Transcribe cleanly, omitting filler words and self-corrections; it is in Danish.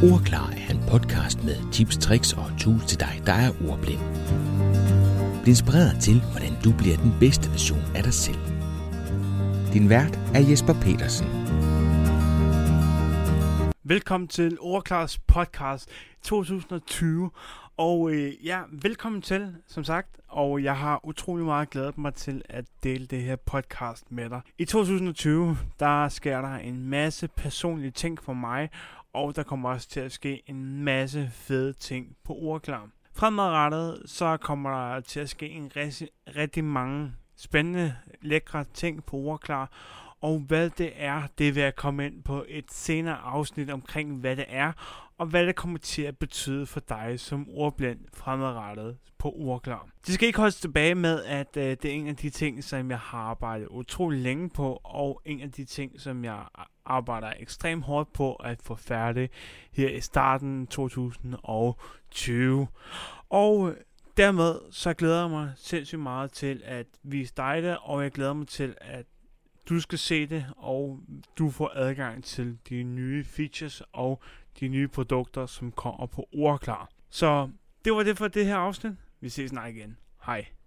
Ordklar er en podcast med tips, tricks og tools til dig, der er ordblind. Bliv inspireret til, hvordan du bliver den bedste version af dig selv. Din vært er Jesper Petersen. Velkommen til Ordklars podcast 2020. Og velkommen til, som sagt. Og jeg har utrolig meget glædet mig til at dele det her podcast med dig. I 2020, der sker der en masse personlige ting for mig. Og der kommer også til at ske en masse fede ting på Ordklar. Fremadrettet, så kommer der til at ske en rigtig mange spændende, lækre ting på Ordklar. Og hvad det er, det vil jeg komme ind på et senere afsnit omkring, hvad det er, og hvad det kommer til at betyde for dig som ordblind fremadrettet på Ordklar. Det skal ikke holdes tilbage med, at det er en af de ting, som jeg har arbejdet utrolig længe på, og en af de ting, som jeg arbejder ekstremt hårdt på at få færdig her i starten 2020. Og dermed så glæder jeg mig sindssygt meget til at vise dig det, og jeg glæder mig til at du skal se det, og du får adgang til de nye features og de nye produkter, som kommer på Ordklar. Så det var det for det her afsnit. Vi ses snart igen. Hej.